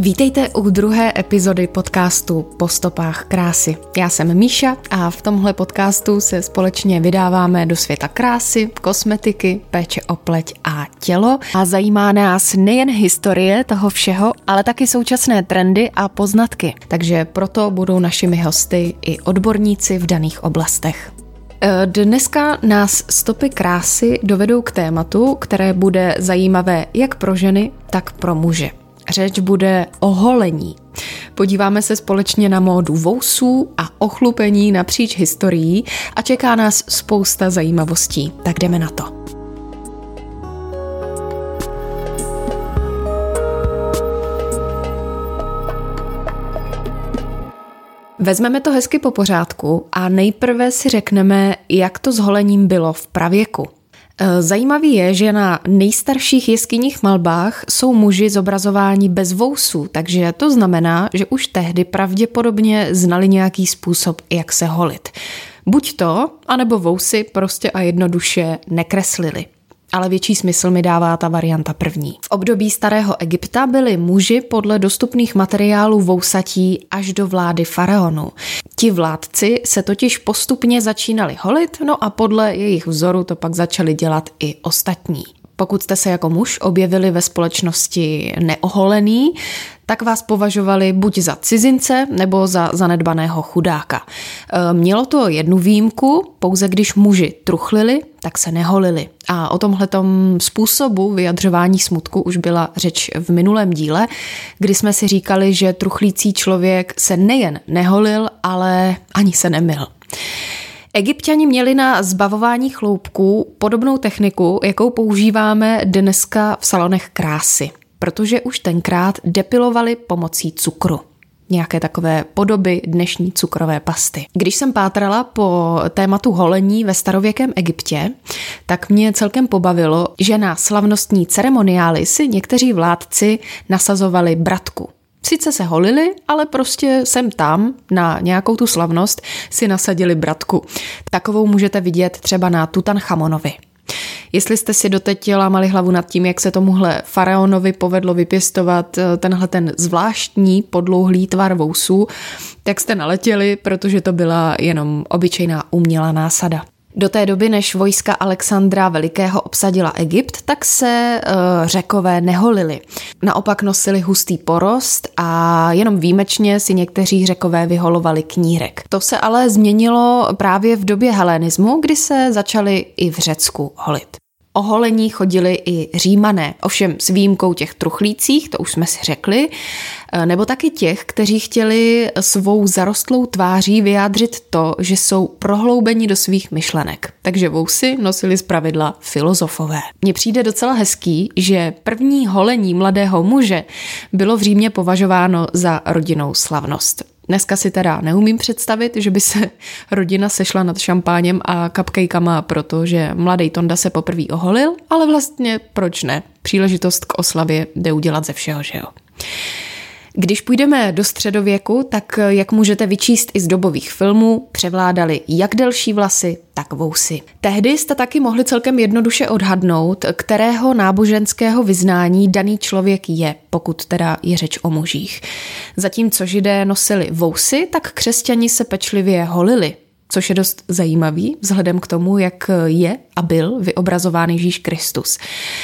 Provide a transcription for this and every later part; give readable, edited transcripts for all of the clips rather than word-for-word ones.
Vítejte u druhé epizody podcastu Po stopách krásy. Já jsem Míša a v tomhle podcastu se společně vydáváme do světa krásy, kosmetiky, péče o pleť a tělo. A zajímá nás nejen historie toho všeho, ale taky současné trendy a poznatky. Takže proto budou našimi hosty i odborníci v daných oblastech. Dneska nás stopy krásy dovedou k tématu, které bude zajímavé jak pro ženy, tak pro muže. Řeč bude o holení. Podíváme se společně na módu vousů a ochlupení napříč historií a čeká nás spousta zajímavostí. Tak jdeme na to. Vezmeme to hezky po pořádku a nejprve si řekneme, jak to s holením bylo v pravěku. Zajímavý je, že na nejstarších jeskyních malbách jsou muži zobrazováni bez vousů, takže to znamená, že už tehdy pravděpodobně znali nějaký způsob, jak se holit. Buď to, anebo vousy prostě a jednoduše nekreslili. Ale větší smysl mi dává ta varianta první. V období starého Egypta byli muži podle dostupných materiálů vousatí až do vlády faraonů. Ti vládci se totiž postupně začínali holit, no a podle jejich vzoru to pak začali dělat i ostatní. Pokud jste se jako muž objevili ve společnosti neoholený, tak vás považovali buď za cizince nebo za zanedbaného chudáka. Mělo to jednu výjimku, pouze když muži truchlili, tak se neholili. A o tomhletom způsobu vyjadřování smutku už byla řeč v minulém díle, kdy jsme si říkali, že truchlící člověk se nejen neholil, ale ani se nemyl. Egypťani měli na zbavování chloupků podobnou techniku, jakou používáme dneska v salonech krásy, protože už tenkrát depilovali pomocí cukru. Nějaké takové podoby dnešní cukrové pasty. Když jsem pátrala po tématu holení ve starověkém Egyptě, tak mě celkem pobavilo, že na slavnostní ceremoniály si někteří vládci nasazovali bratku. Sice se holili, ale prostě sem tam na nějakou tu slavnost si nasadili bratku. Takovou můžete vidět třeba na Tutanchamonovi. Jestli jste si doteď lámali hlavu nad tím, jak se tomuhle faraonovi povedlo vypěstovat tenhle ten zvláštní podlouhlý tvar vousů, tak jste naletěli, protože to byla jenom obyčejná umělá násada. Do té doby, než vojska Alexandra Velikého obsadila Egypt, tak se Řekové neholili. Naopak nosili hustý porost a jenom výjimečně si někteří Řekové vyholovali knírek. To se ale změnilo právě v době helenismu, kdy se začali i v Řecku holit. O holení chodili i Římané, ovšem s výjimkou těch truchlících, to už jsme si řekli, nebo taky těch, kteří chtěli svou zarostlou tváří vyjádřit to, že jsou prohloubeni do svých myšlenek. Takže vousy nosili zpravidla filozofové. Mně přijde docela hezký, že první holení mladého muže bylo v Římě považováno za rodinnou slavnost. Dneska si teda neumím představit, že by se rodina sešla nad šampáněm a cupcakama, protože mladý Tonda se poprvé oholil, ale vlastně proč ne? Příležitost k oslavě jde udělat ze všeho, že jo? Když půjdeme do středověku, tak jak můžete vyčíst i z dobových filmů, převládaly jak delší vlasy, tak vousy. Tehdy jste taky mohli celkem jednoduše odhadnout, kterého náboženského vyznání daný člověk je, pokud teda je řeč o mužích. Zatímco Židé nosili vousy, tak křesťani se pečlivě holili, což je dost zajímavý vzhledem k tomu, jak je a byl vyobrazován Ježíš Kristus.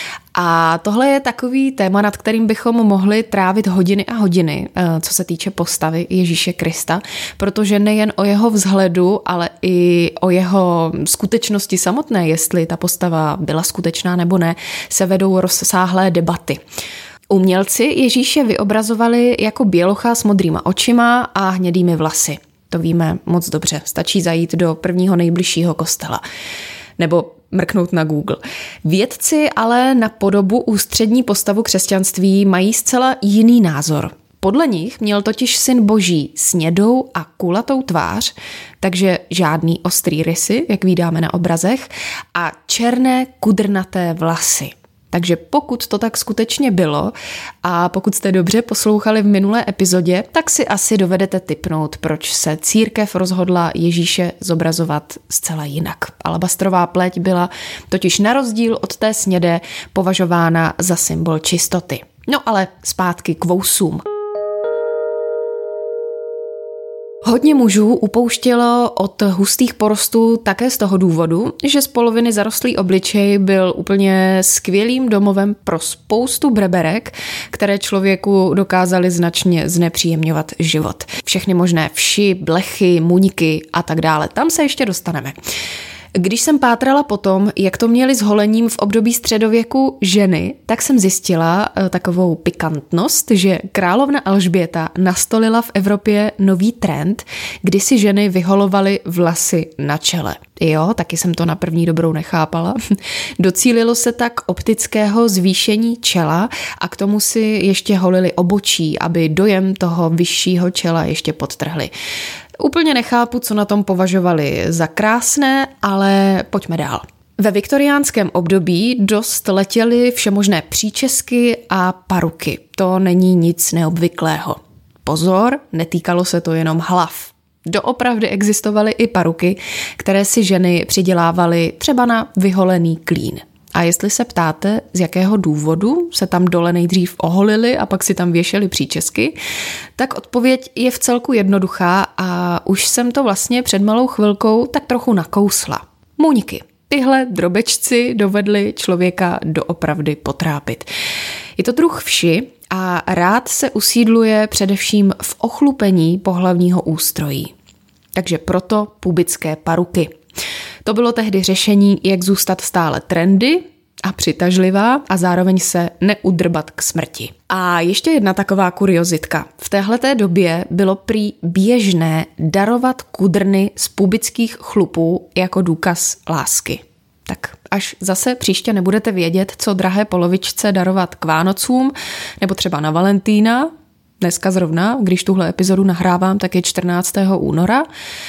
A tohle je takový téma, nad kterým bychom mohli trávit hodiny a hodiny, co se týče postavy Ježíše Krista, protože nejen o jeho vzhledu, ale i o jeho skutečnosti samotné, jestli ta postava byla skutečná nebo ne, se vedou rozsáhlé debaty. Umělci Ježíše vyobrazovali jako bělocha s modrýma očima a hnědými vlasy. To víme moc dobře, stačí zajít do prvního nejbližšího kostela. Nebo mrknout na Google. Vědci ale na podobu ústřední postavu křesťanství mají zcela jiný názor. Podle nich měl totiž Syn Boží snědou a kulatou tvář, takže žádný ostrý rysy, jak vídáme na obrazech, a černé kudrnaté vlasy. Takže pokud to tak skutečně bylo a pokud jste dobře poslouchali v minulé epizodě, tak si asi dovedete tipnout, proč se církev rozhodla Ježíše zobrazovat zcela jinak. Alabastrová pleť byla totiž na rozdíl od té snědé považována za symbol čistoty. No ale zpátky k vousům. Hodně mužů upouštělo od hustých porostů také z toho důvodu, že z poloviny zarostlý obličej byl úplně skvělým domovem pro spoustu breberek, které člověku dokázaly značně znepříjemňovat život. Všechny možné vši, blechy, muňky a tak dále. Tam se ještě dostaneme. Když jsem pátrala potom, jak to měli s holením v období středověku ženy, tak jsem zjistila takovou pikantnost, že královna Alžběta nastolila v Evropě nový trend, kdy si ženy vyholovaly vlasy na čele. Jo, taky jsem to na první dobrou nechápala. Docílilo se tak optického zvýšení čela a k tomu si ještě holili obočí, aby dojem toho vyššího čela ještě podtrhli. Úplně nechápu, co na tom považovali za krásné, ale pojďme dál. Ve viktoriánském období dost letěly všemožné příčesky a paruky. To není nic neobvyklého. Pozor, netýkalo se to jenom hlav. Doopravdy existovaly i paruky, které si ženy přidělávaly třeba na vyholený klín. A jestli se ptáte, z jakého důvodu se tam dole nejdřív oholili a pak si tam věšeli příčesky, tak odpověď je v celku jednoduchá a už jsem to vlastně před malou chvilkou tak trochu nakousla. Muňky. Tyhle drobečci dovedli člověka doopravdy potrápit. Je to druh vši a rád se usídluje především v ochlupení pohlavního ústrojí. Takže proto pubické paruky. To bylo tehdy řešení, jak zůstat stále trendy a přitažlivá a zároveň se neudrbat k smrti. A ještě jedna taková kuriozitka. V téhleté době bylo prý běžné darovat kudrny z pubických chlupů jako důkaz lásky. Tak až zase příště nebudete vědět, co drahé polovičce darovat k Vánocům nebo třeba na Valentína, dneska zrovna, když tuhle epizodu nahrávám, tak je 14. února,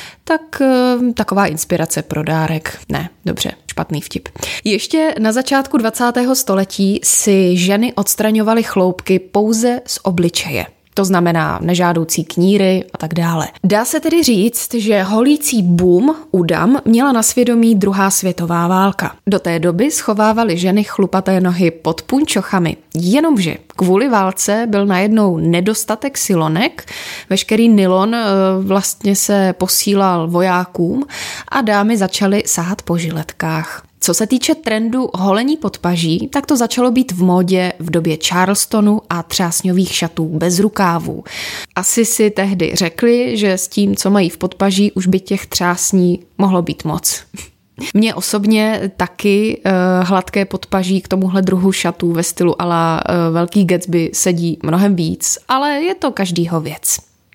tak taková inspirace pro dárek. Ne, dobře, špatný vtip. Ještě na začátku 20. století si ženy odstraňovaly chloupky pouze z obličeje. To znamená nežádoucí kníry a tak dále. Dá se tedy říct, že holící boom u dam měla na svědomí druhá světová válka. Do té doby schovávaly ženy chlupaté nohy pod punčochami. Jenomže kvůli válce byl najednou nedostatek silonek, veškerý nylon vlastně se posílal vojákům a dámy začaly sahat po žiletkách. Co se týče trendu holení podpaží, tak to začalo být v módě v době Charlestonu a třásňových šatů bez rukávů. Asi si tehdy řekli, že s tím, co mají v podpaží, už by těch třásní mohlo být moc. Mně osobně taky hladké podpaží k tomuhle druhu šatů ve stylu a la Velký Gatsby sedí mnohem víc, ale je to každýho věc.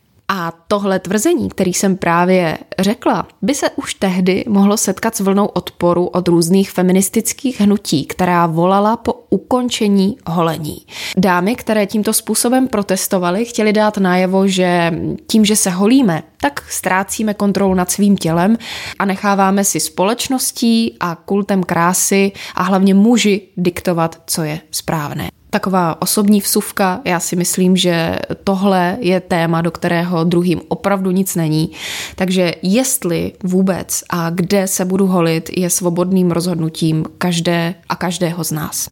A tohle tvrzení, který jsem právě řekla, by se už tehdy mohlo setkat s vlnou odporu od různých feministických hnutí, která volala po ukončení holení. Dámy, které tímto způsobem protestovaly, chtěly dát najevo, že tím, že se holíme, tak ztrácíme kontrolu nad svým tělem a necháváme si společností a kultem krásy a hlavně muži diktovat, co je správné. Taková osobní vsuvka, já si myslím, že tohle je téma, do kterého druhým opravdu nic není. Takže jestli vůbec a kde se budu holit, je svobodným rozhodnutím každé a každého z nás.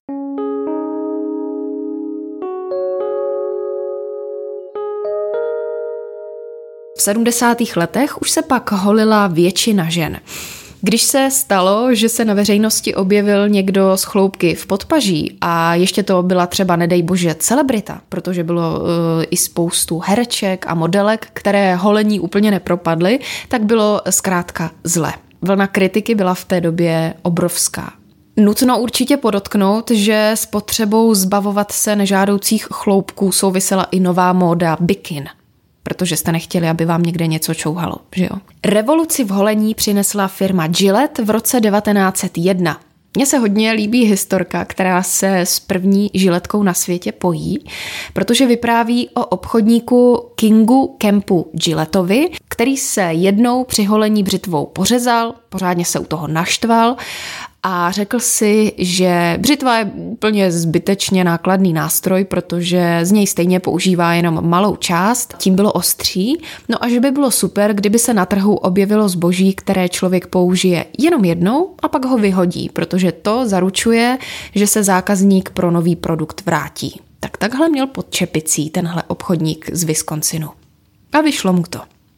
V 70. letech už se pak holila většina žen. Když se stalo, že se na veřejnosti objevil někdo s chloupky v podpaží a ještě to byla třeba, nedej bože, celebrita, protože bylo i spoustu hereček a modelek, které holení úplně nepropadly, tak bylo zkrátka zle. Vlna kritiky byla v té době obrovská. Nutno určitě podotknout, že s potřebou zbavovat se nežádoucích chloupků souvisela i nová móda bikin. Protože jste nechtěli, aby vám někde něco čouhalo, že jo? Revoluci v holení přinesla firma Gillette v roce 1901. Mně se hodně líbí historka, která se s první žiletkou na světě pojí, protože vypráví o obchodníku Kingu Kempu Gillettovi, který se jednou při holení břitvou pořezal, pořádně se u toho naštval a řekl si, že břitva je úplně zbytečně nákladný nástroj, protože z něj stejně používá jenom malou část, tím bylo ostří, no a že by bylo super, kdyby se na trhu objevilo zboží, které člověk použije jenom jednou a pak ho vyhodí, protože to zaručuje, že se zákazník pro nový produkt vrátí. Tak takhle měl pod čepicí tenhle obchodník z Wisconsinu. A vyšlo mu to.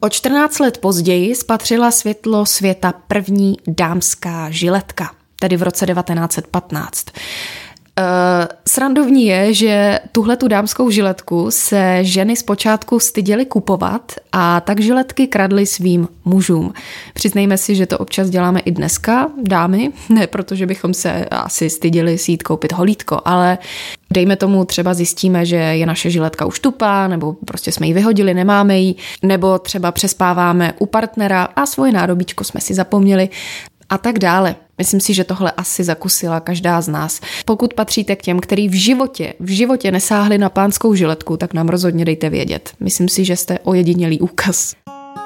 O 14 let později spatřila světlo světa první dámská žiletka, tedy v roce 1915. Srandovní je, že tuhletu dámskou žiletku se ženy zpočátku styděly kupovat a tak žiletky kradly svým mužům. Přiznejme si, že to občas děláme i dneska, dámy, ne protože bychom se asi styděli si jít koupit holítko, ale dejme tomu třeba zjistíme, že je naše žiletka už tupá, nebo prostě jsme ji vyhodili, nemáme ji, nebo třeba přespáváme u partnera a svoje nádobíčko jsme si zapomněli a tak dále. Myslím si, že tohle asi zakusila každá z nás. Pokud patříte k těm, který v životě nesáhli na pánskou žiletku, tak nám rozhodně dejte vědět. Myslím si, že jste ojedinělý úkaz.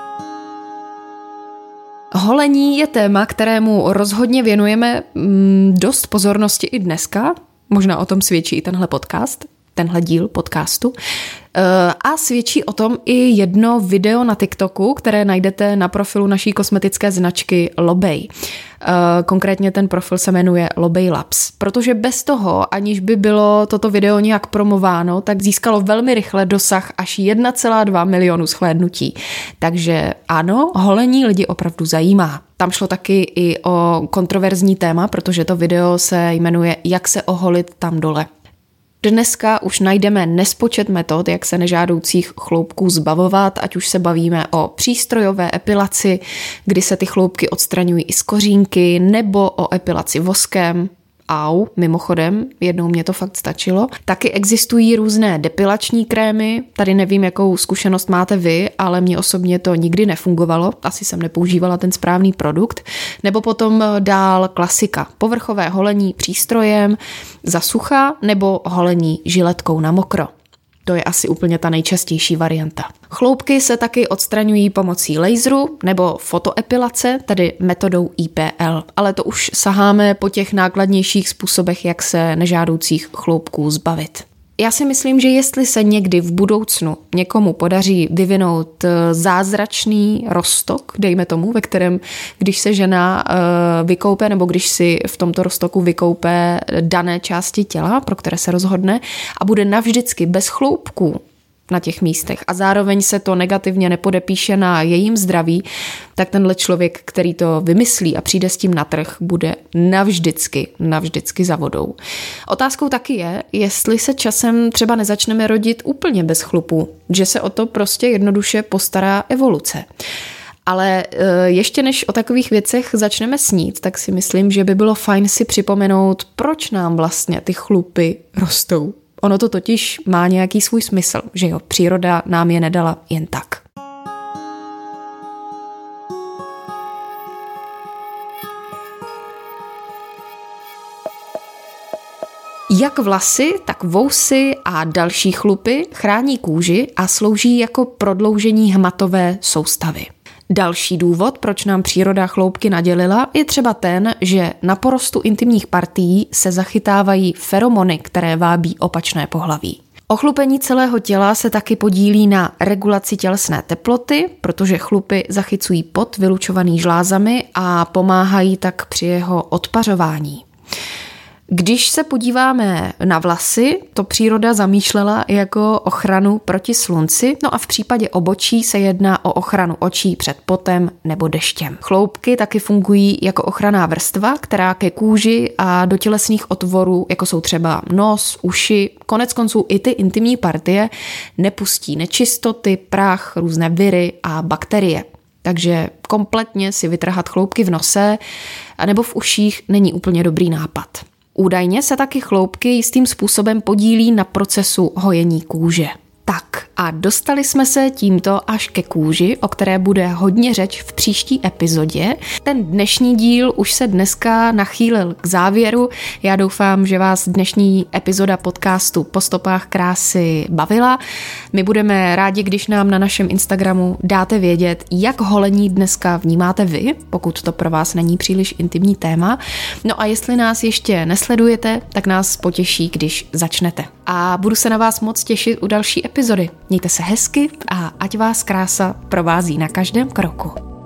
Holení je téma, kterému rozhodně věnujeme dost pozornosti i dneska. Možná o tom svědčí i tenhle díl podcastu. A svědčí o tom i jedno video na TikToku, které najdete na profilu naší kosmetické značky Lobej. Konkrétně ten profil se jmenuje Lobej Labs, protože bez toho, aniž by bylo toto video nějak promováno, tak získalo velmi rychle dosah až 1,2 milionu shlédnutí. Takže ano, holení lidi opravdu zajímá. Tam šlo taky i o kontroverzní téma, protože to video se jmenuje Jak se oholit tam dole. Dneska už najdeme nespočet metod, jak se nežádoucích chloupků zbavovat, ať už se bavíme o přístrojové epilaci, kdy se ty chloupky odstraňují i z kořínky, nebo o epilaci voskem. Mimochodem, jednou mě to fakt stačilo. Taky existují různé depilační krémy, tady nevím, jakou zkušenost máte vy, ale mně osobně to nikdy nefungovalo, asi jsem nepoužívala ten správný produkt. Nebo potom dál klasika, povrchové holení přístrojem za sucha nebo holení žiletkou na mokro. To je asi úplně ta nejčastější varianta. Chloupky se taky odstraňují pomocí laseru nebo fotoepilace, tedy metodou IPL, ale to už saháme po těch nákladnějších způsobech, jak se nežádoucích chloupků zbavit. Já si myslím, že jestli se někdy v budoucnu někomu podaří vyvinout zázračný roztok, dejme tomu, ve kterém, když se žena vykoupe nebo když si v tomto roztoku vykoupe dané části těla, pro které se rozhodne a bude navždycky bez chloupků na těch místech a zároveň se to negativně nepodepíše na jejím zdraví, tak tenhle člověk, který to vymyslí a přijde s tím na trh, bude navždycky za vodou. Otázkou taky je, jestli se časem třeba nezačneme rodit úplně bez chlupů, že se o to prostě jednoduše postará evoluce. Ale ještě než o takových věcech začneme snít, tak si myslím, že by bylo fajn si připomenout, proč nám vlastně ty chlupy rostou. Ono to totiž má nějaký svůj smysl, že jo, příroda nám je nedala jen tak. Jak vlasy, tak vousy a další chlupy chrání kůži a slouží jako prodloužení hmatové soustavy. Další důvod, proč nám příroda chloupky nadělila, je třeba ten, že na porostu intimních partií se zachytávají feromony, které vábí opačné pohlaví. Ochlupení celého těla se taky podílí na regulaci tělesné teploty, protože chlupy zachycují pot vylučovaný žlázami a pomáhají tak při jeho odpařování. Když se podíváme na vlasy, to příroda zamýšlela jako ochranu proti slunci, no a v případě obočí se jedná o ochranu očí před potem nebo deštěm. Chloupky taky fungují jako ochranná vrstva, která ke kůži a do tělesných otvorů, jako jsou třeba nos, uši, konec konců i ty intimní partie, nepustí nečistoty, prach, různé viry a bakterie. Takže kompletně si vytrhat chloupky v nose nebo v uších není úplně dobrý nápad. Údajně se taky chloupky jistým způsobem podílí na procesu hojení kůže. Tak a dostali jsme se tímto až ke kůži, o které bude hodně řeč v příští epizodě. Ten dnešní díl už se dneska nachýlil k závěru. Já doufám, že vás dnešní epizoda podcastu Po stopách krásy bavila. My budeme rádi, když nám na našem Instagramu dáte vědět, jak holení dneska vnímáte vy, pokud to pro vás není příliš intimní téma. No a jestli nás ještě nesledujete, tak nás potěší, když začnete. A budu se na vás moc těšit u další epizody. Mějte se hezky a ať vás krása provází na každém kroku.